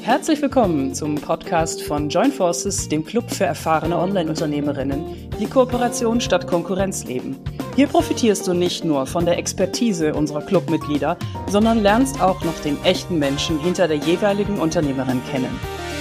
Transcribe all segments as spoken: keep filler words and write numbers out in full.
Herzlich willkommen zum Podcast von Join Forces, dem Club für erfahrene Online-Unternehmerinnen, die Kooperation statt Konkurrenz leben. Hier profitierst du nicht nur von der Expertise unserer Clubmitglieder, sondern lernst auch noch den echten Menschen hinter der jeweiligen Unternehmerin kennen.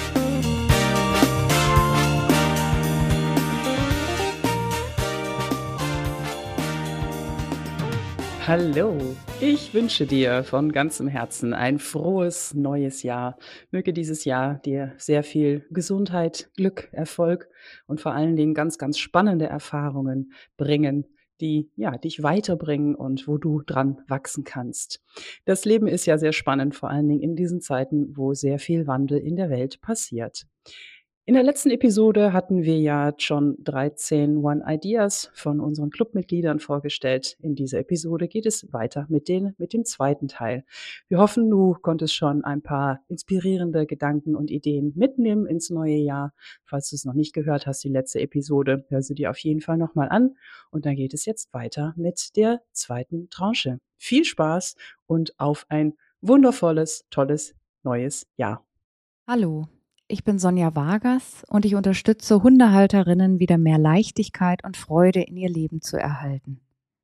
Hallo, ich wünsche dir von ganzem Herzen ein frohes neues Jahr. Möge dieses Jahr dir sehr viel Gesundheit, Glück, Erfolg und vor allen Dingen ganz, ganz spannende Erfahrungen bringen, die ja, dich weiterbringen und wo du dran wachsen kannst. Das Leben ist ja sehr spannend, vor allen Dingen in diesen Zeiten, wo sehr viel Wandel in der Welt passiert. In der letzten Episode hatten wir ja schon dreizehn One Ideas von unseren Clubmitgliedern vorgestellt. In dieser Episode geht es weiter mit, den, mit dem zweiten Teil. Wir hoffen, du konntest schon ein paar inspirierende Gedanken und Ideen mitnehmen ins neue Jahr. Falls du es noch nicht gehört hast, die letzte Episode, hör sie dir auf jeden Fall nochmal an. Und dann geht es jetzt weiter mit der zweiten Tranche. Viel Spaß und auf ein wundervolles, tolles neues Jahr. Hallo. Ich bin Sonja Vargas und ich unterstütze Hundehalterinnen, wieder mehr Leichtigkeit und Freude in ihr Leben zu erhalten.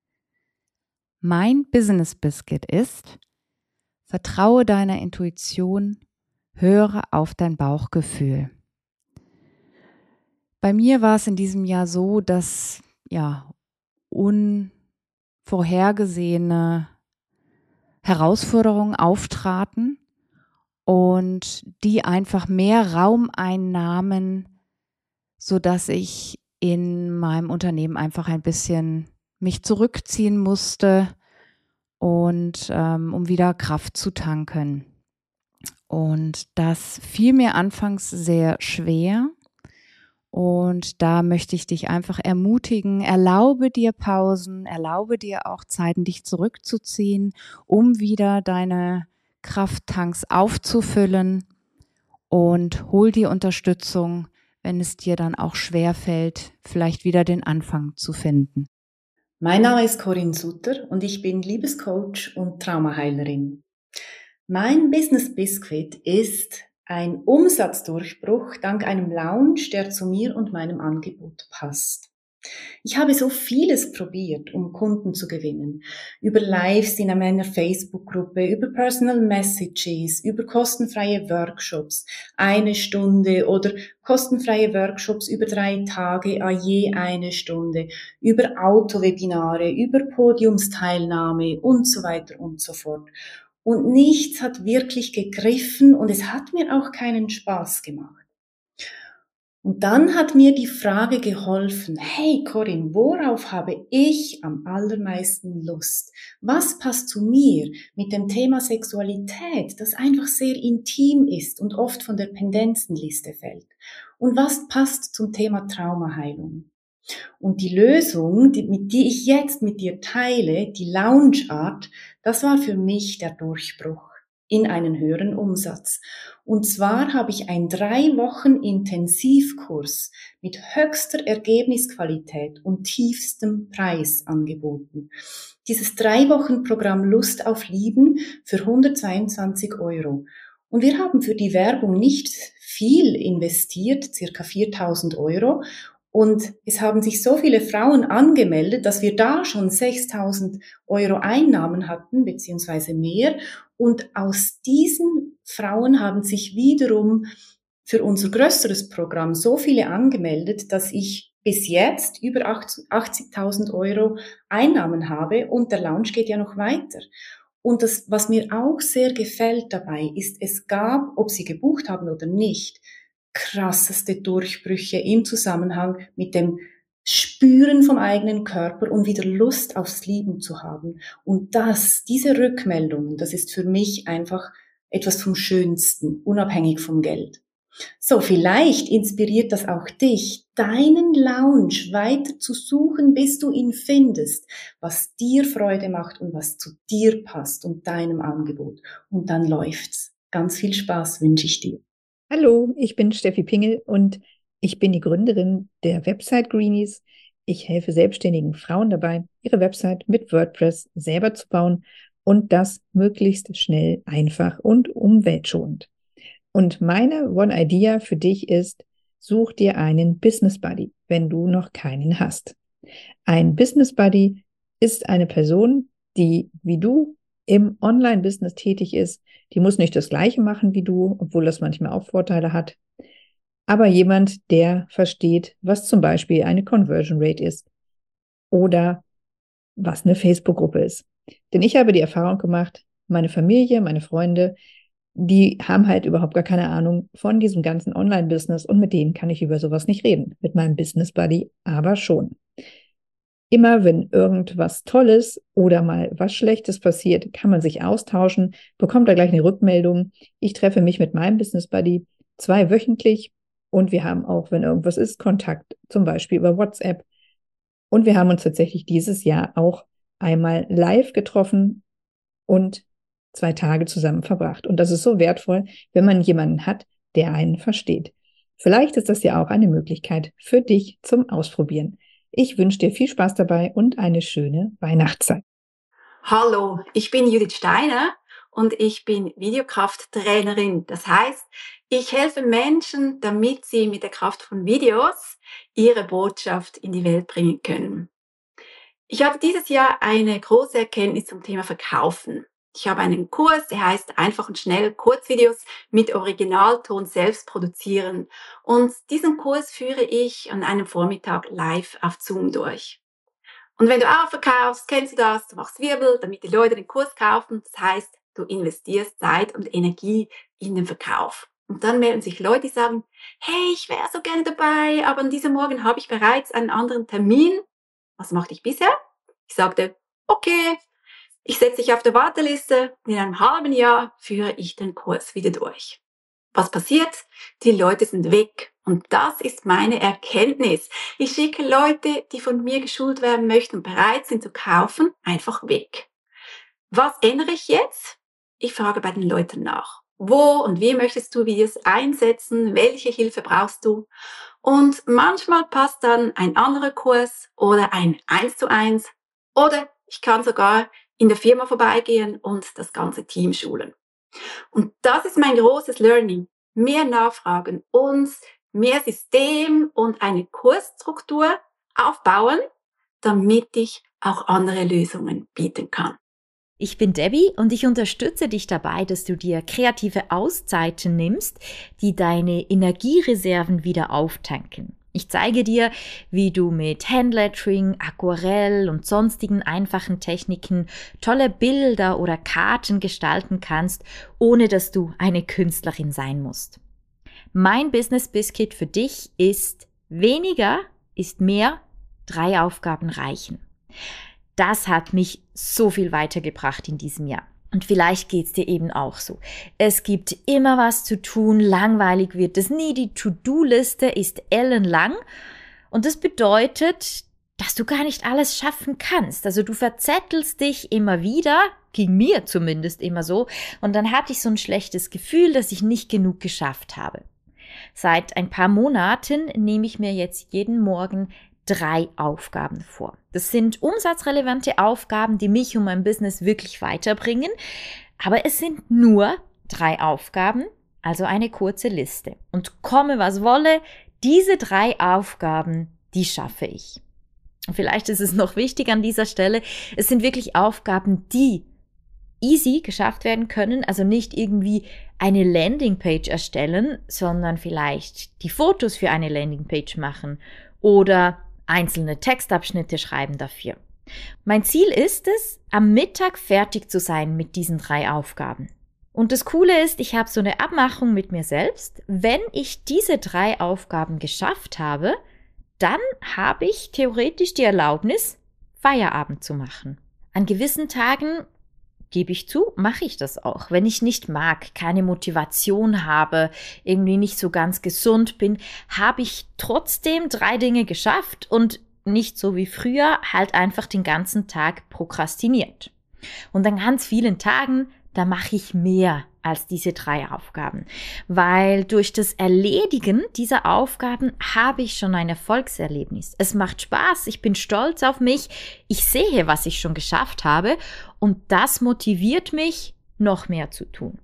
Mein Business Biscuit ist: Vertraue deiner Intuition, höre auf dein Bauchgefühl. Bei mir war es in diesem Jahr so, dass ja unvorhergesehene Herausforderungen auftraten und die einfach mehr Raum einnahmen, sodass ich in meinem Unternehmen einfach ein bisschen mich zurückziehen musste und ähm, um wieder Kraft zu tanken. Und das fiel mir anfangs sehr schwer. Und da möchte ich dich einfach ermutigen, erlaube dir Pausen, erlaube dir auch Zeiten, dich zurückzuziehen, um wieder deine Krafttanks aufzufüllen, und hol dir Unterstützung, wenn es dir dann auch schwerfällt, vielleicht wieder den Anfang zu finden. Mein Name ist Corinne Sutter und ich bin Liebescoach und Traumaheilerin. Mein Business Biscuit ist ein Umsatzdurchbruch dank einem Lounge, der zu mir und meinem Angebot passt. Ich habe so vieles probiert, um Kunden zu gewinnen. Über Lives in meiner Facebook-Gruppe, über Personal Messages, über kostenfreie Workshops, eine Stunde oder kostenfreie Workshops über drei Tage, a je eine Stunde, über Auto-Webinare, über Podiumsteilnahme und so weiter und so fort. Und nichts hat wirklich gegriffen und es hat mir auch keinen Spaß gemacht. Und dann hat mir die Frage geholfen: Hey Corinne, worauf habe ich am allermeisten Lust? Was passt zu mir mit dem Thema Sexualität, das einfach sehr intim ist und oft von der Pendenzenliste fällt? Und was passt zum Thema Traumaheilung? Und die Lösung, die, mit die ich jetzt mit dir teile, die Lounge-Art, das war für mich der Durchbruch in einen höheren Umsatz. Und zwar habe ich einen drei Wochen Intensivkurs mit höchster Ergebnisqualität und tiefstem Preis angeboten. Dieses drei Wochen Programm Lust auf Lieben für hundertzweiundzwanzig Euro. Und wir haben für die Werbung nicht viel investiert, circa viertausend Euro. Und es haben sich so viele Frauen angemeldet, dass wir da schon sechstausend Euro Einnahmen hatten, beziehungsweise mehr. Und aus diesen Frauen haben sich wiederum für unser größeres Programm so viele angemeldet, dass ich bis jetzt über achtzigtausend Euro Einnahmen habe und der Lounge geht ja noch weiter. Und das, was mir auch sehr gefällt dabei, ist, es gab, ob sie gebucht haben oder nicht, krasseste Durchbrüche im Zusammenhang mit dem Spüren vom eigenen Körper und wieder Lust aufs Lieben zu haben. Und das, diese Rückmeldungen, das ist für mich einfach etwas vom Schönsten, unabhängig vom Geld. So, vielleicht inspiriert das auch dich, deinen Lounge weiter zu suchen, bis du ihn findest, was dir Freude macht und was zu dir passt und deinem Angebot. Und dann läuft's. Ganz viel Spaß wünsche ich dir. Hallo, ich bin Steffi Pingel und ich bin die Gründerin der Website Greenies. Ich helfe selbstständigen Frauen dabei, ihre Website mit WordPress selber zu bauen und das möglichst schnell, einfach und umweltschonend. Und meine One Idea für dich ist, such dir einen Business Buddy, wenn du noch keinen hast. Ein Business Buddy ist eine Person, die wie du im Online-Business tätig ist. Die muss nicht das Gleiche machen wie du, obwohl das manchmal auch Vorteile hat. Aber jemand, der versteht, was zum Beispiel eine Conversion Rate ist oder was eine Facebook-Gruppe ist. Denn ich habe die Erfahrung gemacht, meine Familie, meine Freunde, die haben halt überhaupt gar keine Ahnung von diesem ganzen Online-Business und mit denen kann ich über sowas nicht reden. Mit meinem Business Buddy aber schon. Immer wenn irgendwas Tolles oder mal was Schlechtes passiert, kann man sich austauschen, bekommt da gleich eine Rückmeldung. Ich treffe mich mit meinem Business Buddy zwei wöchentlich und wir haben auch, wenn irgendwas ist, Kontakt, zum Beispiel über WhatsApp. Und wir haben uns tatsächlich dieses Jahr auch einmal live getroffen und zwei Tage zusammen verbracht. Und das ist so wertvoll, wenn man jemanden hat, der einen versteht. Vielleicht ist das ja auch eine Möglichkeit für dich zum Ausprobieren. Ich wünsche dir viel Spaß dabei und eine schöne Weihnachtszeit. Hallo, ich bin Judith Steiner und ich bin Videokrafttrainerin. Das heißt, ich helfe Menschen, damit sie mit der Kraft von Videos ihre Botschaft in die Welt bringen können. Ich hatte dieses Jahr eine große Erkenntnis zum Thema Verkaufen. Ich habe einen Kurs, der heißt Einfach und schnell Kurzvideos mit Originalton selbst produzieren. Und diesen Kurs führe ich an einem Vormittag live auf Zoom durch. Und wenn du auch verkaufst, kennst du das, du machst Wirbel, damit die Leute den Kurs kaufen. Das heißt, du investierst Zeit und Energie in den Verkauf. Und dann melden sich Leute, die sagen, hey, ich wäre so gerne dabei, aber an diesem Morgen habe ich bereits einen anderen Termin. Was machte ich bisher? Ich sagte, okay, ich setze dich auf der Warteliste, in einem halben Jahr führe ich den Kurs wieder durch. Was passiert? Die Leute sind weg. Und das ist meine Erkenntnis. Ich schicke Leute, die von mir geschult werden möchten und bereit sind zu kaufen, einfach weg. Was ändere ich jetzt? Ich frage bei den Leuten nach. Wo und wie möchtest du Videos einsetzen? Welche Hilfe brauchst du? Und manchmal passt dann ein anderer Kurs oder ein eins zu eins oder ich kann sogar in der Firma vorbeigehen und das ganze Team schulen. Und das ist mein großes Learning. Mehr nachfragen und mehr System und eine Kursstruktur aufbauen, damit ich auch andere Lösungen bieten kann. Ich bin Debbie und ich unterstütze dich dabei, dass du dir kreative Auszeiten nimmst, die deine Energiereserven wieder auftanken. Ich zeige dir, wie du mit Handlettering, Aquarell und sonstigen einfachen Techniken tolle Bilder oder Karten gestalten kannst, ohne dass du eine Künstlerin sein musst. Mein Business Biscuit für dich ist: weniger ist mehr, drei Aufgaben reichen. Das hat mich so viel weitergebracht in diesem Jahr. Und vielleicht geht's dir eben auch so. Es gibt immer was zu tun, langweilig wird es nie, die To-Do-Liste ist ellenlang. Und das bedeutet, dass du gar nicht alles schaffen kannst. Also du verzettelst dich immer wieder, ging mir zumindest immer so. Und dann hatte ich so ein schlechtes Gefühl, dass ich nicht genug geschafft habe. Seit ein paar Monaten nehme ich mir jetzt jeden Morgen drei Aufgaben vor. Das sind umsatzrelevante Aufgaben, die mich und mein Business wirklich weiterbringen. Aber es sind nur drei Aufgaben, also eine kurze Liste. Und komme was wolle, diese drei Aufgaben, die schaffe ich. Und vielleicht ist es noch wichtig an dieser Stelle, es sind wirklich Aufgaben, die easy geschafft werden können, also nicht irgendwie eine Landingpage erstellen, sondern vielleicht die Fotos für eine Landingpage machen oder einzelne Textabschnitte schreiben dafür. Mein Ziel ist es, am Mittag fertig zu sein mit diesen drei Aufgaben. Und das Coole ist, ich habe so eine Abmachung mit mir selbst. Wenn ich diese drei Aufgaben geschafft habe, dann habe ich theoretisch die Erlaubnis, Feierabend zu machen. An gewissen Tagen, gebe ich zu, mache ich das auch. Wenn ich nicht mag, keine Motivation habe, irgendwie nicht so ganz gesund bin, habe ich trotzdem drei Dinge geschafft und nicht so wie früher halt einfach den ganzen Tag prokrastiniert. Und an ganz vielen Tagen, da mache ich mehr als diese drei Aufgaben, weil durch das Erledigen dieser Aufgaben habe ich schon ein Erfolgserlebnis. Es macht Spaß, ich bin stolz auf mich, ich sehe, was ich schon geschafft habe und das motiviert mich, noch mehr zu tun.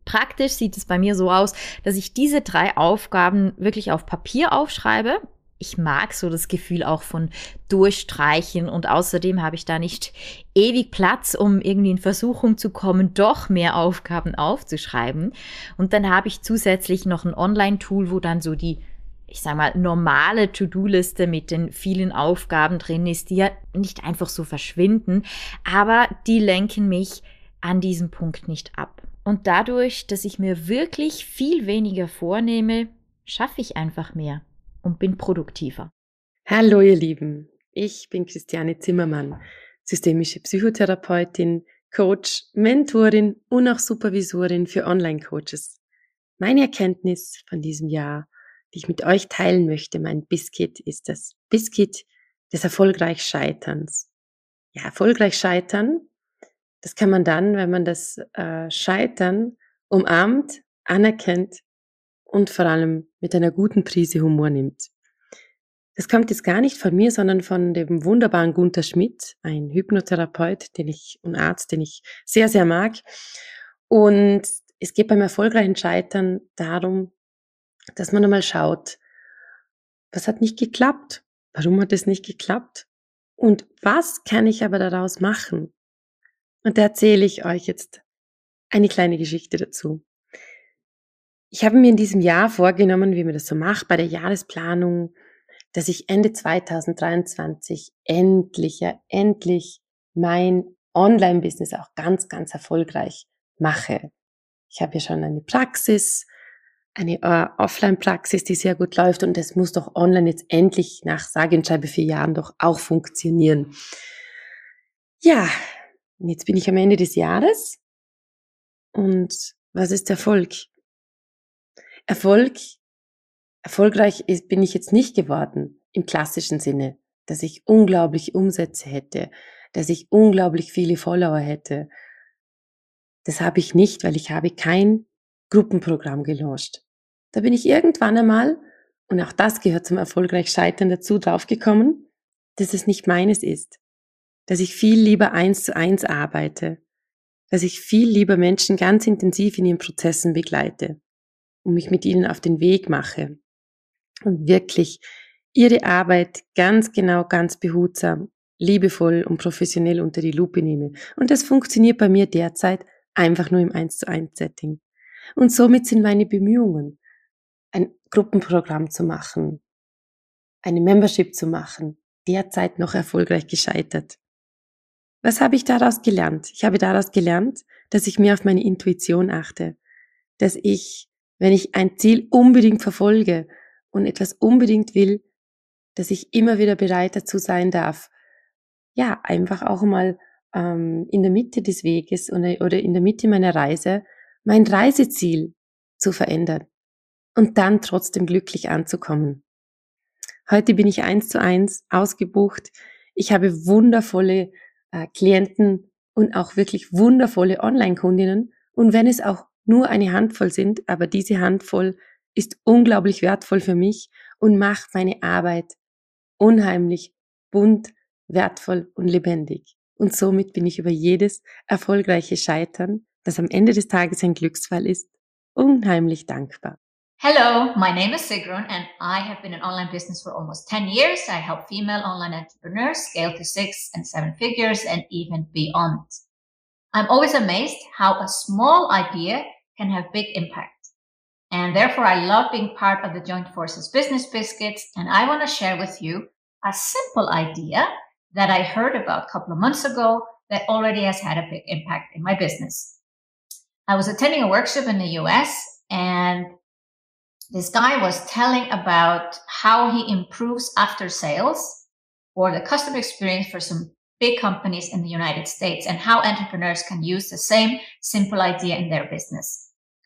praktisch sieht es bei mir so aus, dass ich diese drei Aufgaben wirklich auf Papier aufschreibe. Ich mag so das Gefühl auch von Durchstreichen und außerdem habe ich da nicht ewig Platz, um irgendwie in Versuchung zu kommen, doch mehr Aufgaben aufzuschreiben. Und dann habe ich zusätzlich noch ein Online-Tool, wo dann so die, ich sag mal, normale To-Do-Liste mit den vielen Aufgaben drin ist, die ja nicht einfach so verschwinden, aber die lenken mich an diesem Punkt nicht ab. Und dadurch, dass ich mir wirklich viel weniger vornehme, schaffe ich einfach mehr und bin produktiver. Hallo ihr Lieben, ich bin Christiane Zimmermann, systemische Psychotherapeutin, Coach, Mentorin und auch Supervisorin für Online-Coaches. Meine Erkenntnis von diesem Jahr, die ich mit euch teilen möchte, mein Biscuit, ist das Biscuit des erfolgreich Scheiterns. Ja, erfolgreich scheitern, das kann man dann, wenn man das äh, Scheitern umarmt, anerkennt und vor allem mit einer guten Prise Humor nimmt. Das kommt jetzt gar nicht von mir, sondern von dem wunderbaren Gunther Schmidt, ein Hypnotherapeut, den ich und Arzt, den ich sehr, sehr mag. Und es geht beim erfolgreichen Scheitern darum, dass man einmal schaut, was hat nicht geklappt? Warum hat es nicht geklappt? Und was kann ich aber daraus machen? Und da erzähle ich euch jetzt eine kleine Geschichte dazu. Ich habe mir in diesem Jahr vorgenommen, wie man das so macht, bei der Jahresplanung, dass ich Ende zweitausenddreiundzwanzig endlich, ja endlich mein Online-Business auch ganz, ganz erfolgreich mache. Ich habe ja schon eine Praxis, eine äh, Offline-Praxis, die sehr gut läuft und es muss doch online jetzt endlich nach sage und schreibe vier Jahren doch auch funktionieren. Ja, und jetzt bin ich am Ende des Jahres und was ist Erfolg? Erfolg, erfolgreich ist, bin ich jetzt nicht geworden im klassischen Sinne, dass ich unglaublich Umsätze hätte, dass ich unglaublich viele Follower hätte. Das habe ich nicht, weil ich habe kein Gruppenprogramm gelauncht. Da bin ich irgendwann einmal, und auch das gehört zum erfolgreich Scheitern dazu, draufgekommen, dass es nicht meines ist. Dass ich viel lieber eins zu eins arbeite. Dass ich viel lieber Menschen ganz intensiv in ihren Prozessen begleite und mich mit ihnen auf den Weg mache und wirklich ihre Arbeit ganz genau, ganz behutsam, liebevoll und professionell unter die Lupe nehme. Und das funktioniert bei mir derzeit einfach nur im eins zu eins Setting. Und somit sind meine Bemühungen, ein Gruppenprogramm zu machen, eine Membership zu machen, derzeit noch erfolgreich gescheitert. Was habe ich daraus gelernt? Ich habe daraus gelernt, dass ich mehr auf meine Intuition achte, dass ich, wenn ich ein Ziel unbedingt verfolge und etwas unbedingt will, dass ich immer wieder bereit dazu sein darf, ja, einfach auch mal ähm, in der Mitte des Weges oder, oder in der Mitte meiner Reise mein Reiseziel zu verändern und dann trotzdem glücklich anzukommen. Heute bin ich eins zu eins ausgebucht. Ich habe wundervolle äh, Klienten und auch wirklich wundervolle Online-Kundinnen. Und wenn es auch nur eine Handvoll sind, aber diese Handvoll ist unglaublich wertvoll für mich und macht meine Arbeit unheimlich bunt, wertvoll und lebendig. Und somit bin ich über jedes erfolgreiche Scheitern, das am Ende des Tages ein Glücksfall ist, unheimlich dankbar. Hello, my name is Sigrun and I have been in online business for almost ten years. I help female online entrepreneurs scale to six and seven figures and even beyond. I'm always amazed how a small idea can have big impact. And therefore I love being part of the Joint Forces Business Biscuits, and I want to share with you a simple idea that I heard about a couple of months ago that already has had a big impact in my business. I was attending a workshop in the U S and this guy was telling about how he improves after sales or the customer experience for some big companies in the United States and how entrepreneurs can use the same simple idea in their business.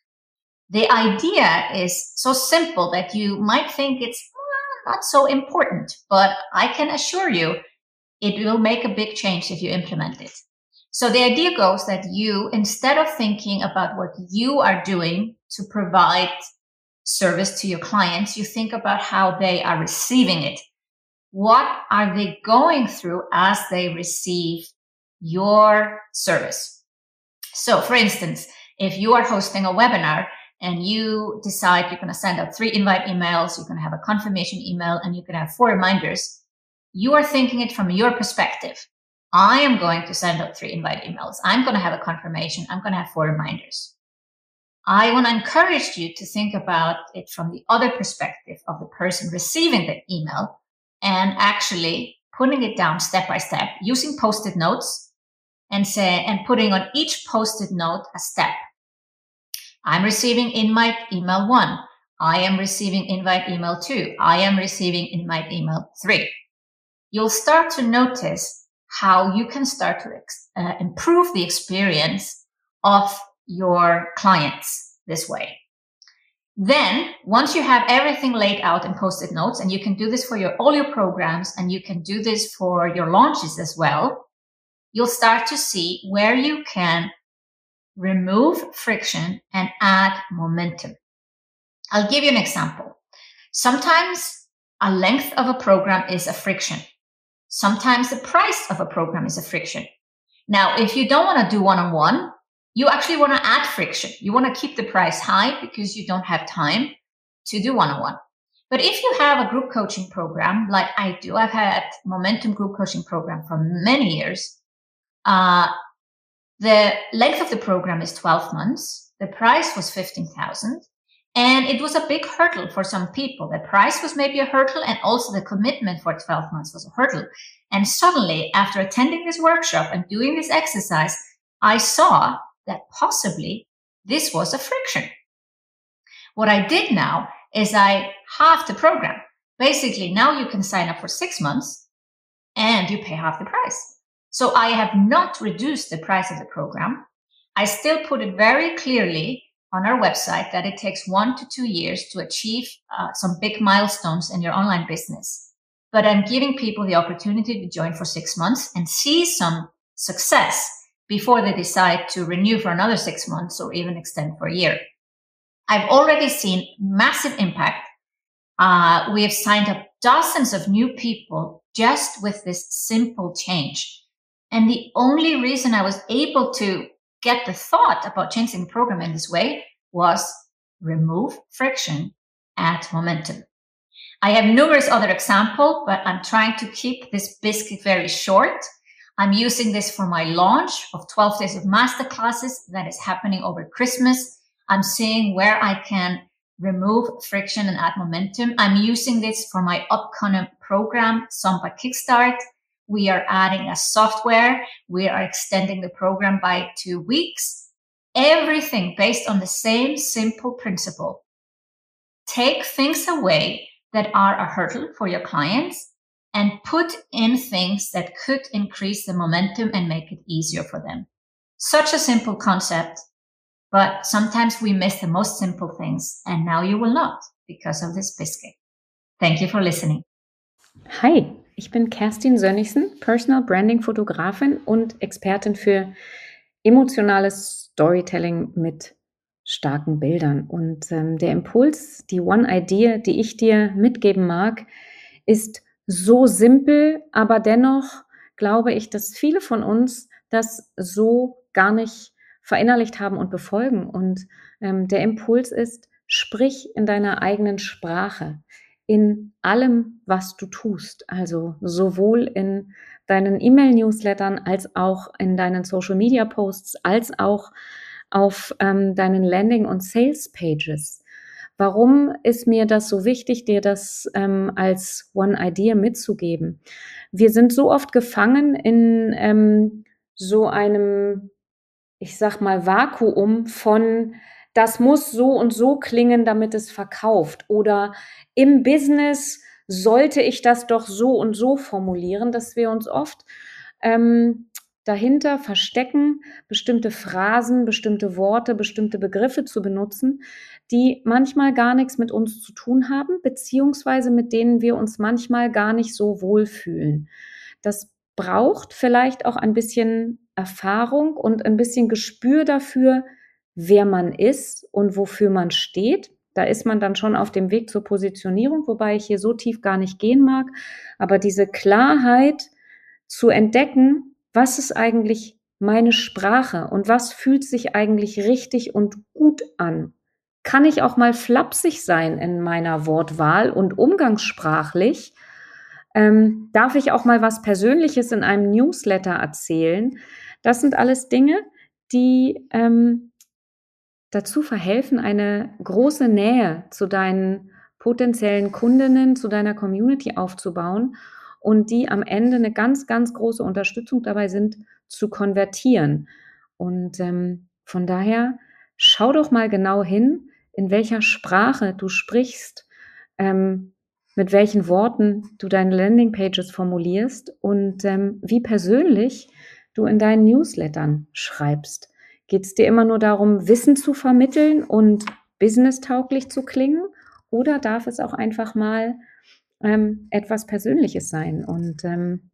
The idea is so simple that you might think it's not so important, but I can assure you it will make a big change if you implement it. So the idea goes that you, instead of thinking about what you are doing to provide service to your clients, you think about how they are receiving it. What are they going through as they receive your service? So for instance, If you are hosting a webinar and you decide you're going to send out three invite emails, you're going to have a confirmation email, and you're going to have four reminders, you are thinking it from your perspective. I am going to send out three invite emails. I'm going to have a confirmation. I'm going to have four reminders. I want to encourage you to think about it from the other perspective of the person receiving the email and actually putting it down step by step using post-it notes and say, and putting on each post-it note a step. I'm receiving invite email one. I am receiving invite email two. I am receiving invite email three. You'll start to notice how you can start to uh, improve the experience of your clients this way. Then, once you have everything laid out in post-it notes, and you can do this for your all your programs, and you can do this for your launches as well, you'll start to see where you can remove friction and add momentum. I'll give you an example. Sometimes a length of a program is a friction. Sometimes the price of a program is a friction. Now, if you don't want to do one-on-one, you actually want to add friction. You want to keep the price high because you don't have time to do one-on-one. But if you have a group coaching program like I do, I've had Momentum group coaching program for many years. Uh, the length of the program is twelve months. The price was fifteen thousand. And it was a big hurdle for some people. The price was maybe a hurdle, and also the commitment for twelve months was a hurdle. And suddenly, after attending this workshop and doing this exercise, I saw that possibly this was a friction. What I did now is I halved the program. Basically, now you can sign up for six months and you pay half the price. So I have not reduced the price of the program. I still put it very clearly on our website that it takes one to two years to achieve uh, some big milestones in your online business. But I'm giving people the opportunity to join for six months and see some success before they decide to renew for another six months or even extend for a year. I've already seen massive impact. Uh, we have signed up dozens of new people just with this simple change. And the only reason I was able to get the thought about changing the program in this way was remove friction, add momentum. I have numerous other examples, but I'm trying to keep this biscuit very short. I'm using this for my launch of twelve days of masterclasses that is happening over Christmas. I'm seeing where I can remove friction and add momentum. I'm using this for my upcoming program, Samba Kickstart. We are adding a software. We are extending the program by two weeks. Everything based on the same simple principle. Take things away that are a hurdle for your clients and put in things that could increase the momentum and make it easier for them. Such a simple concept, but sometimes we miss the most simple things, and now you will not because of this biscuit. Thank you for listening. Hi, ich bin Kerstin Sönnigsen, Personal Branding Fotografin und Expertin für emotionales Storytelling mit starken Bildern. Und ähm, der Impuls, die One Idea, die ich dir mitgeben mag, ist so simpel, aber dennoch glaube ich, dass viele von uns das so gar nicht verinnerlicht haben und befolgen. Und ähm, der Impuls ist, sprich in deiner eigenen Sprache, in allem, was du tust. Also sowohl in deinen E-Mail-Newslettern als auch in deinen Social-Media-Posts, als auch auf ähm, deinen Landing- und Sales-Pages. Warum ist mir das so wichtig, dir das ähm, als One Idea mitzugeben? Wir sind so oft gefangen in ähm, so einem, ich sag mal, Vakuum von, das muss so und so klingen, damit es verkauft. Oder im Business sollte ich das doch so und so formulieren, dass wir uns oft ähm, dahinter verstecken, bestimmte Phrasen, bestimmte Worte, bestimmte Begriffe zu benutzen, die manchmal gar nichts mit uns zu tun haben, beziehungsweise mit denen wir uns manchmal gar nicht so wohlfühlen. Das braucht vielleicht auch ein bisschen Erfahrung und ein bisschen Gespür dafür, wer man ist und wofür man steht. Da ist man dann schon auf dem Weg zur Positionierung, wobei ich hier so tief gar nicht gehen mag. Aber diese Klarheit zu entdecken, was ist eigentlich meine Sprache und was fühlt sich eigentlich richtig und gut an? Kann ich auch mal flapsig sein in meiner Wortwahl und umgangssprachlich? Ähm, darf ich auch mal was Persönliches in einem Newsletter erzählen? Das sind alles Dinge, die ähm, dazu verhelfen, eine große Nähe zu deinen potenziellen Kundinnen, zu deiner Community aufzubauen und die am Ende eine ganz, ganz große Unterstützung dabei sind, zu konvertieren. Und ähm, von daher, schau doch mal genau hin, in welcher Sprache du sprichst, ähm, mit welchen Worten du deine Landingpages formulierst und ähm, wie persönlich du in deinen Newslettern schreibst. Geht es dir immer nur darum, Wissen zu vermitteln und businesstauglich zu klingen? Oder darf es auch einfach mal ähm, etwas Persönliches sein? Und ähm,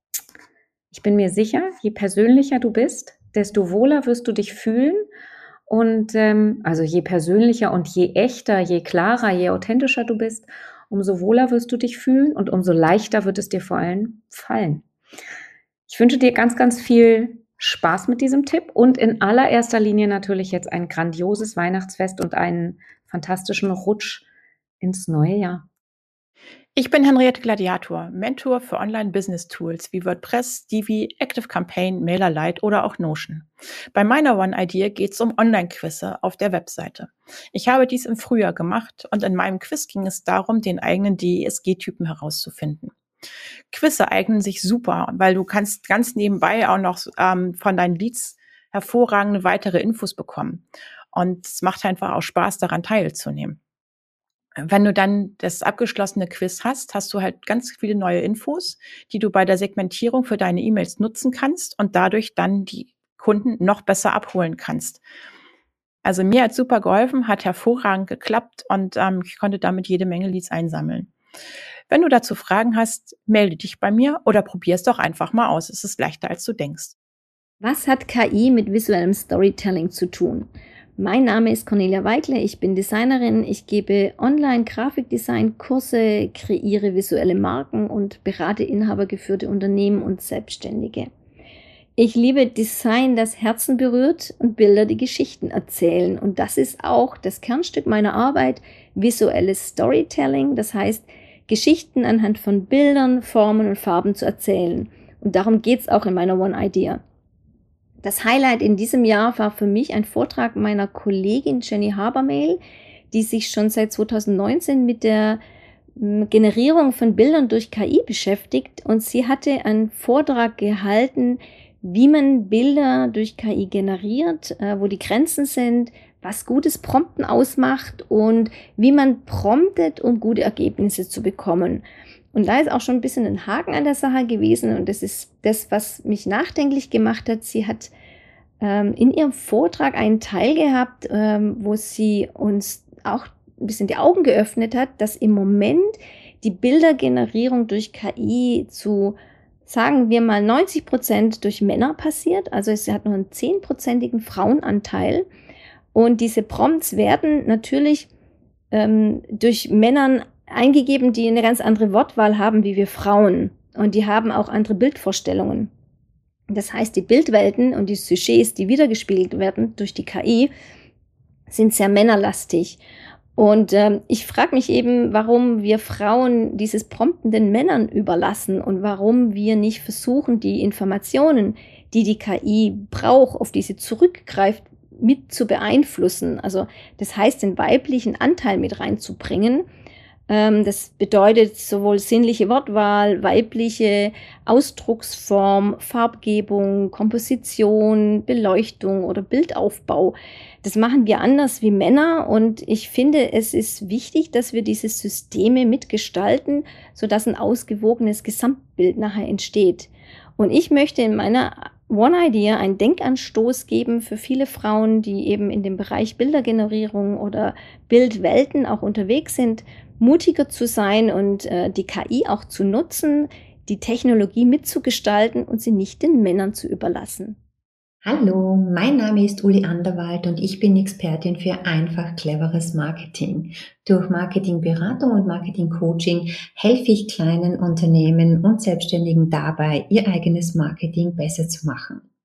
ich bin mir sicher, je persönlicher du bist, desto wohler wirst du dich fühlen. Und ähm, also je persönlicher und je echter, je klarer, je authentischer du bist, umso wohler wirst du dich fühlen und umso leichter wird es dir vor allem fallen. Ich wünsche dir ganz, ganz viel Spaß mit diesem Tipp und in allererster Linie natürlich jetzt ein grandioses Weihnachtsfest und einen fantastischen Rutsch ins neue Jahr. Ich bin Henriette Gladiator, Mentor für Online-Business-Tools wie WordPress, Divi, ActiveCampaign, MailerLite oder auch Notion. Bei meiner One-Idea geht es um Online-Quizze auf der Webseite. Ich habe dies im Frühjahr gemacht und in meinem Quiz ging es darum, den eigenen D E S G-Typen herauszufinden. Quizze eignen sich super, weil du kannst ganz nebenbei auch noch ähm, von deinen Leads hervorragende weitere Infos bekommen. Und es macht einfach auch Spaß, daran teilzunehmen. Wenn du dann das abgeschlossene Quiz hast, hast du halt ganz viele neue Infos, die du bei der Segmentierung für deine E-Mails nutzen kannst und dadurch dann die Kunden noch besser abholen kannst. Also mir hat super geholfen, hat hervorragend geklappt und ähm, ich konnte damit jede Menge Leads einsammeln. Wenn du dazu Fragen hast, melde dich bei mir oder probier es doch einfach mal aus. Es ist leichter, als du denkst. Was hat K I mit visuellem Storytelling zu tun? Mein Name ist Cornelia Weigle, ich bin Designerin, ich gebe Online-Grafikdesign-Kurse, kreiere visuelle Marken und berate inhabergeführte Unternehmen und Selbstständige. Ich liebe Design, das Herzen berührt und Bilder, die Geschichten erzählen. Und das ist auch das Kernstück meiner Arbeit, visuelles Storytelling, das heißt, Geschichten anhand von Bildern, Formen und Farben zu erzählen. Und darum geht es auch in meiner One Idea. Das Highlight in diesem Jahr war für mich ein Vortrag meiner Kollegin Jenny Habermehl, die sich schon seit zweitausendneunzehn mit der Generierung von Bildern durch K I beschäftigt. Und sie hatte einen Vortrag gehalten, wie man Bilder durch K I generiert, wo die Grenzen sind, was gutes Prompten ausmacht und wie man promptet, um gute Ergebnisse zu bekommen. Und da ist auch schon ein bisschen ein Haken an der Sache gewesen und das ist das, was mich nachdenklich gemacht hat. Sie hat ähm, in ihrem Vortrag einen Teil gehabt, ähm, wo sie uns auch ein bisschen die Augen geöffnet hat, dass im Moment die Bildergenerierung durch K I zu, sagen wir mal, neunzig Prozent durch Männer passiert. Also sie hat noch einen zehnprozentigen Frauenanteil. Und diese Prompts werden natürlich ähm, durch Männern eingegeben, die eine ganz andere Wortwahl haben wie wir Frauen. Und die haben auch andere Bildvorstellungen. Das heißt, die Bildwelten und die Sujets, die wiedergespiegelt werden durch die K I, sind sehr männerlastig. Und ähm, ich frage mich eben, warum wir Frauen dieses Prompten den Männern überlassen und warum wir nicht versuchen, die Informationen, die die K I braucht, auf die sie zurückgreift, mit zu beeinflussen. Also das heißt, den weiblichen Anteil mit reinzubringen. Das bedeutet sowohl sinnliche Wortwahl, weibliche Ausdrucksform, Farbgebung, Komposition, Beleuchtung oder Bildaufbau. Das machen wir anders wie Männer und ich finde, es ist wichtig, dass wir diese Systeme mitgestalten, sodass ein ausgewogenes Gesamtbild nachher entsteht. Und ich möchte in meiner One Idea einen Denkanstoß geben für viele Frauen, die eben in dem Bereich Bildergenerierung oder Bildwelten auch unterwegs sind, mutiger zu sein und äh, die K I auch zu nutzen, die Technologie mitzugestalten und sie nicht den Männern zu überlassen. Hallo, mein Name ist Uli Anderwald und ich bin Expertin für einfach cleveres Marketing. Durch Marketingberatung und Marketingcoaching helfe ich kleinen Unternehmen und Selbstständigen dabei, ihr eigenes Marketing besser zu machen.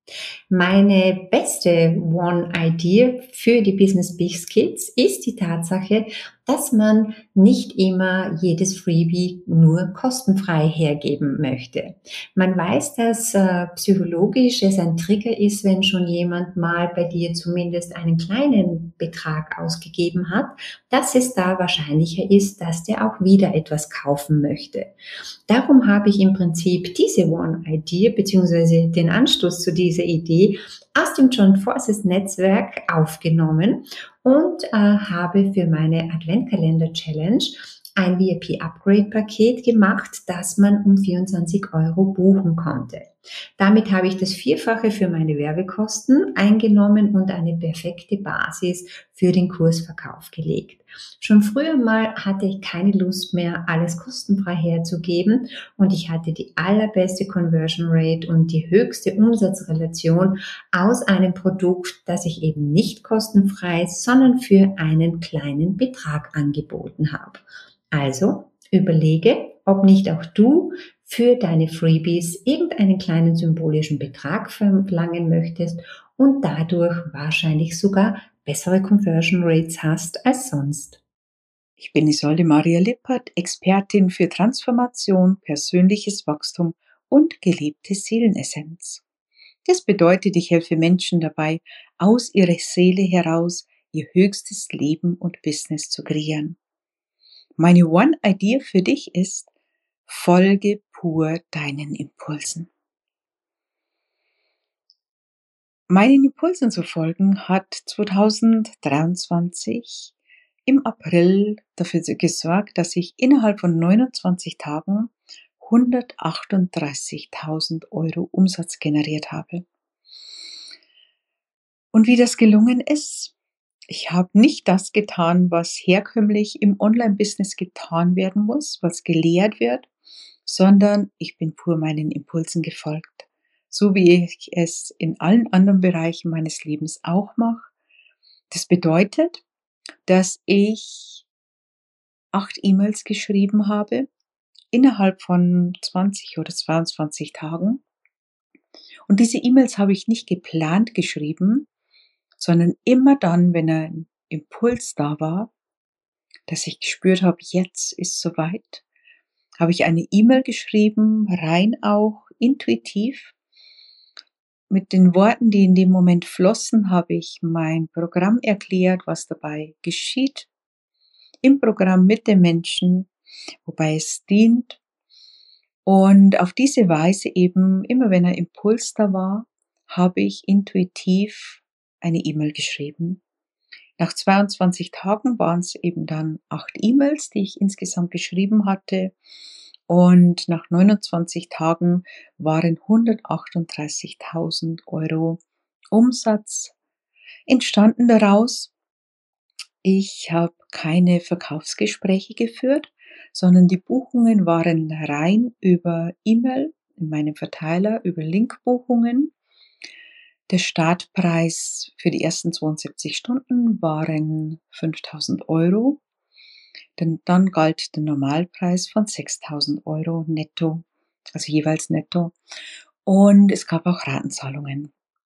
Meine beste One-Idea für die Business Biscuits ist die Tatsache, dass man nicht immer jedes Freebie nur kostenfrei hergeben möchte. Man weiß, dass äh, psychologisch es ein Trigger ist, wenn schon jemand mal bei dir zumindest einen kleinen Betrag ausgegeben hat, dass es da wahrscheinlicher ist, dass der auch wieder etwas kaufen möchte. Darum habe ich im Prinzip diese One-Idea bzw. den Anstoß zu dieser Idee aus dem John Forces Netzwerk aufgenommen und äh, habe für meine Adventkalender-Challenge ein V I P-Upgrade-Paket gemacht, das man um vierundzwanzig Euro buchen konnte. Damit habe ich das Vierfache für meine Werbekosten eingenommen und eine perfekte Basis für den Kursverkauf gelegt. Schon früher mal hatte ich keine Lust mehr, alles kostenfrei herzugeben und ich hatte die allerbeste Conversion Rate und die höchste Umsatzrelation aus einem Produkt, das ich eben nicht kostenfrei, sondern für einen kleinen Betrag angeboten habe. Also überlege, ob nicht auch du für deine Freebies irgendeinen kleinen symbolischen Betrag verlangen möchtest und dadurch wahrscheinlich sogar bessere Conversion Rates hast als sonst. Ich bin Isolde Maria Lippert, Expertin für Transformation, persönliches Wachstum und gelebte Seelenessenz. Das bedeutet, ich helfe Menschen dabei, aus ihrer Seele heraus ihr höchstes Leben und Business zu kreieren. Meine One-Idea für dich ist, folge pur deinen Impulsen. Meinen Impulsen zu folgen hat zwanzig dreiundzwanzig im April dafür gesorgt, dass ich innerhalb von neunundzwanzig Tagen hundertachtunddreißigtausend Euro Umsatz generiert habe. Und wie das gelungen ist? Ich habe nicht das getan, was herkömmlich im Online-Business getan werden muss, was gelehrt wird, sondern ich bin pur meinen Impulsen gefolgt. So wie ich es in allen anderen Bereichen meines Lebens auch mache. Das bedeutet, dass ich acht E-Mails geschrieben habe, innerhalb von zwanzig oder zweiundzwanzig Tagen. Und diese E-Mails habe ich nicht geplant geschrieben, sondern immer dann, wenn ein Impuls da war, dass ich gespürt habe, jetzt ist soweit, habe ich eine E-Mail geschrieben, rein auch intuitiv. Mit den Worten, die in dem Moment flossen, habe ich mein Programm erklärt, was dabei geschieht. Im Programm mit den Menschen, wobei es dient. Und auf diese Weise eben, immer wenn ein Impuls da war, habe ich intuitiv eine E-Mail geschrieben. Nach zweiundzwanzig Tagen waren es eben dann acht E-Mails, die ich insgesamt geschrieben hatte. Und nach neunundzwanzig Tagen waren hundertachtunddreißigtausend Euro Umsatz entstanden daraus. Ich habe keine Verkaufsgespräche geführt, sondern die Buchungen waren rein über E-Mail in meinem Verteiler, über Linkbuchungen. Der Startpreis für die ersten zweiundsiebzig Stunden waren fünftausend Euro. Denn dann galt der Normalpreis von sechstausend Euro netto, also jeweils netto. Und es gab auch Ratenzahlungen.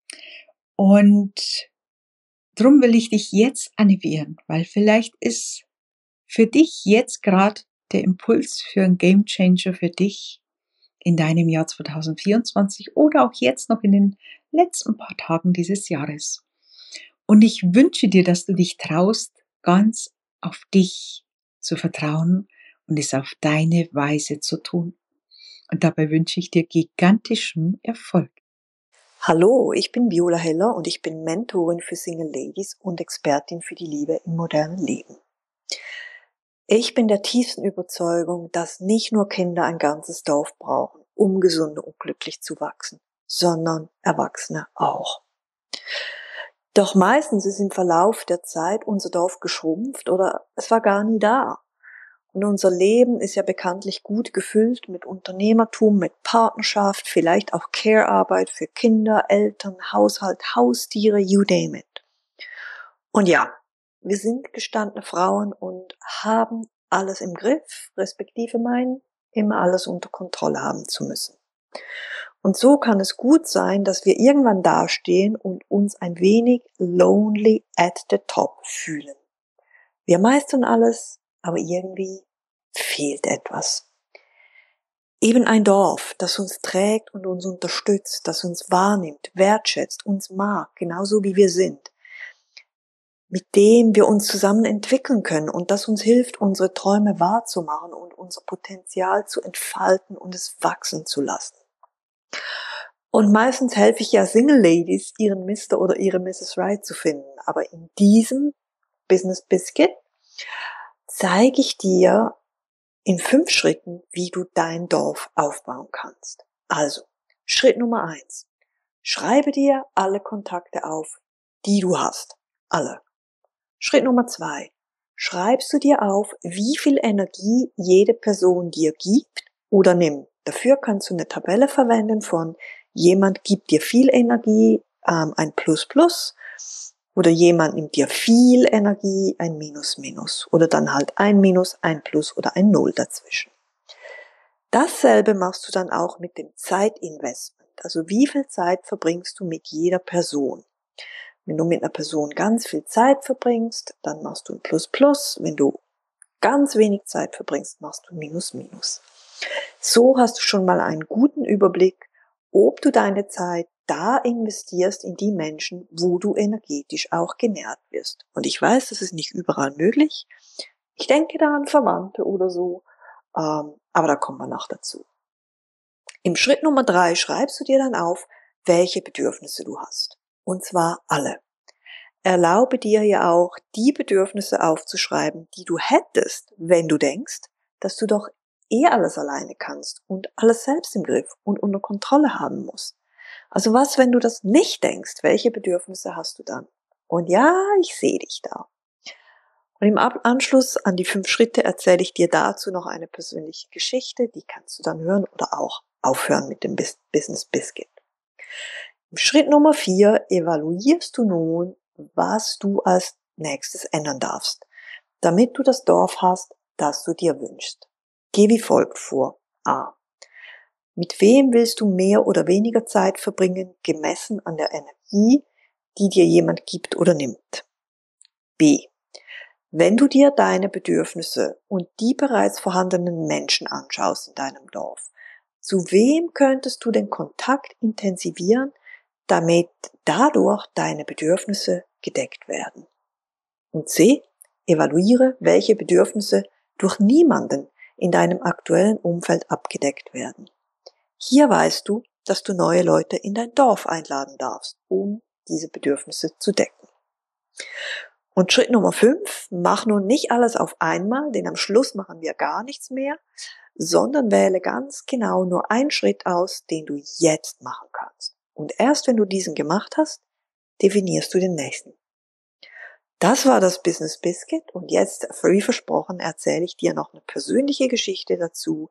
Und drum will ich dich jetzt animieren, weil vielleicht ist für dich jetzt gerade der Impuls für ein Game Changer für dich in deinem Jahr zwanzig vierundzwanzig oder auch jetzt noch in den letzten paar Tagen dieses Jahres. Und ich wünsche dir, dass du dich traust, ganz auf dich zu vertrauen und es auf deine Weise zu tun. Und dabei wünsche ich dir gigantischen Erfolg. Hallo, ich bin Viola Heller und ich bin Mentorin für Single Ladies und Expertin für die Liebe im modernen Leben. Ich bin der tiefsten Überzeugung, dass nicht nur Kinder ein ganzes Dorf brauchen, um gesund und glücklich zu wachsen, sondern Erwachsene auch. Doch meistens ist im Verlauf der Zeit unser Dorf geschrumpft oder es war gar nie da. Und unser Leben ist ja bekanntlich gut gefüllt mit Unternehmertum, mit Partnerschaft, vielleicht auch Care-Arbeit für Kinder, Eltern, Haushalt, Haustiere, you name it. Und ja, wir sind gestandene Frauen und haben alles im Griff, respektive meinen, immer alles unter Kontrolle haben zu müssen. Und so kann es gut sein, dass wir irgendwann dastehen und uns ein wenig lonely at the top fühlen. Wir meistern alles, aber irgendwie fehlt etwas. Eben ein Dorf, das uns trägt und uns unterstützt, das uns wahrnimmt, wertschätzt, uns mag, genauso wie wir sind, mit dem wir uns zusammen entwickeln können und das uns hilft, unsere Träume wahrzumachen und unser Potenzial zu entfalten und es wachsen zu lassen. Und meistens helfe ich ja Single Ladies, ihren Mister oder ihre Misses Right zu finden. Aber in diesem Business Biscuit zeige ich dir in fünf Schritten, wie du dein Dorf aufbauen kannst. Also, Schritt Nummer eins. Schreibe dir alle Kontakte auf, die du hast. Alle. Schritt Nummer zwei. Schreibst du dir auf, wie viel Energie jede Person dir gibt oder nimmt. Dafür kannst du eine Tabelle verwenden von jemand gibt dir viel Energie, ähm, ein Plus Plus, oder jemand nimmt dir viel Energie, ein Minus Minus, oder dann halt ein Minus, ein Plus oder ein Null dazwischen. Dasselbe machst du dann auch mit dem Zeitinvestment. Also wie viel Zeit verbringst du mit jeder Person? Wenn du mit einer Person ganz viel Zeit verbringst, dann machst du ein Plus Plus. Wenn du ganz wenig Zeit verbringst, machst du ein Minus Minus. So hast du schon mal einen guten Überblick, ob du deine Zeit da investierst in die Menschen, wo du energetisch auch genährt wirst. Und ich weiß, das ist nicht überall möglich. Ich denke da an Verwandte oder so, ähm, aber da kommen wir noch dazu. Im Schritt Nummer drei schreibst du dir dann auf, welche Bedürfnisse du hast. Und zwar alle. Erlaube dir ja auch, die Bedürfnisse aufzuschreiben, die du hättest, wenn du denkst, dass du doch eh alles alleine kannst und alles selbst im Griff und unter Kontrolle haben musst. Also was, wenn du das nicht denkst? Welche Bedürfnisse hast du dann? Und ja, ich sehe dich da. Und im Anschluss an die fünf Schritte erzähle ich dir dazu noch eine persönliche Geschichte, die kannst du dann hören oder auch aufhören mit dem Business Biscuit. Im Schritt Nummer vier evaluierst du nun, was du als nächstes ändern darfst, damit du das Dorf hast, das du dir wünschst. Geh wie folgt vor. A. Mit wem willst du mehr oder weniger Zeit verbringen, gemessen an der Energie, die dir jemand gibt oder nimmt? B. Wenn du dir deine Bedürfnisse und die bereits vorhandenen Menschen anschaust in deinem Dorf, zu wem könntest du den Kontakt intensivieren, damit dadurch deine Bedürfnisse gedeckt werden? Und C. Evaluiere, welche Bedürfnisse durch niemanden in deinem aktuellen Umfeld abgedeckt werden. Hier weißt du, dass du neue Leute in dein Dorf einladen darfst, um diese Bedürfnisse zu decken. Und Schritt Nummer fünf, mach nun nicht alles auf einmal, denn am Schluss machen wir gar nichts mehr, sondern wähle ganz genau nur einen Schritt aus, den du jetzt machen kannst. Und erst wenn du diesen gemacht hast, definierst du den nächsten. Das war das Business Biscuit und jetzt, wie versprochen, erzähle ich dir noch eine persönliche Geschichte dazu,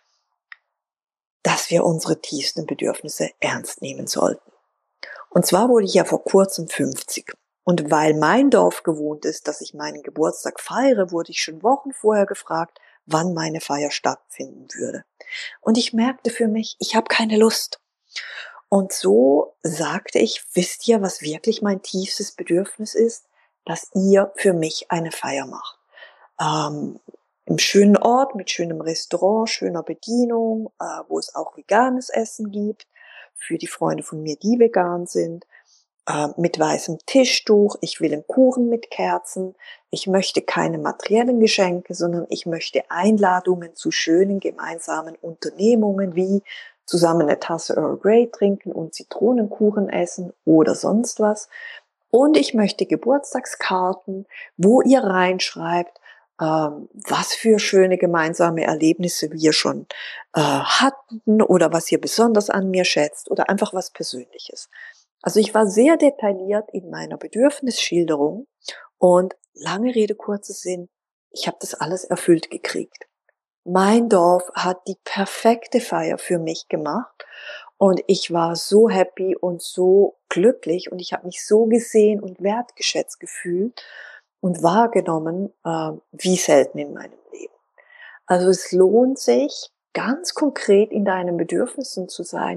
dass wir unsere tiefsten Bedürfnisse ernst nehmen sollten. Und zwar wurde ich ja vor kurzem fünfzig. Und weil mein Dorf gewohnt ist, dass ich meinen Geburtstag feiere, wurde ich schon Wochen vorher gefragt, wann meine Feier stattfinden würde. Und ich merkte für mich, ich habe keine Lust. Und so sagte ich, wisst ihr, was wirklich mein tiefstes Bedürfnis ist? Dass ihr für mich eine Feier macht. Ähm, Im schönen Ort, mit schönem Restaurant, schöner Bedienung, äh, wo es auch veganes Essen gibt, für die Freunde von mir, die vegan sind, äh, mit weißem Tischtuch. Ich will einen Kuchen mit Kerzen. Ich möchte keine materiellen Geschenke, sondern ich möchte Einladungen zu schönen gemeinsamen Unternehmungen, wie zusammen eine Tasse Earl Grey trinken und Zitronenkuchen essen oder sonst was. Und ich möchte Geburtstagskarten, wo ihr reinschreibt, ähm, was für schöne gemeinsame Erlebnisse wir schon äh, hatten oder was ihr besonders an mir schätzt oder einfach was Persönliches. Also ich war sehr detailliert in meiner Bedürfnisschilderung und lange Rede, kurzer Sinn, ich habe das alles erfüllt gekriegt. Mein Dorf hat die perfekte Feier für mich gemacht. Und ich war so happy und so glücklich und ich habe mich so gesehen und wertgeschätzt gefühlt und wahrgenommen, äh, wie selten in meinem Leben. Also es lohnt sich, ganz konkret in deinen Bedürfnissen zu sein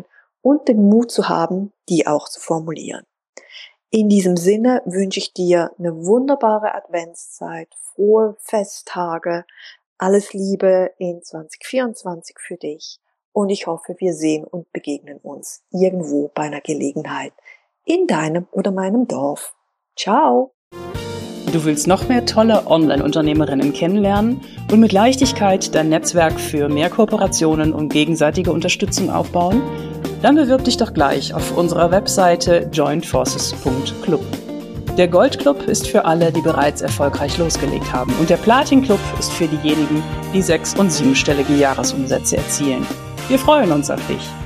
und den Mut zu haben, die auch zu formulieren. In diesem Sinne wünsche ich dir eine wunderbare Adventszeit, frohe Festtage, alles Liebe in zwanzig vierundzwanzig für dich und ich hoffe, wir sehen und begegnen uns irgendwo bei einer Gelegenheit in deinem oder meinem Dorf. Ciao! Du willst noch mehr tolle Online-Unternehmerinnen kennenlernen und mit Leichtigkeit dein Netzwerk für mehr Kooperationen und gegenseitige Unterstützung aufbauen? Dann bewirb dich doch gleich auf unserer Webseite joint forces punkt club. Der Gold-Club ist für alle, die bereits erfolgreich losgelegt haben und der Platin-Club ist für diejenigen, die sechs- und siebenstellige Jahresumsätze erzielen. Wir freuen uns auf dich.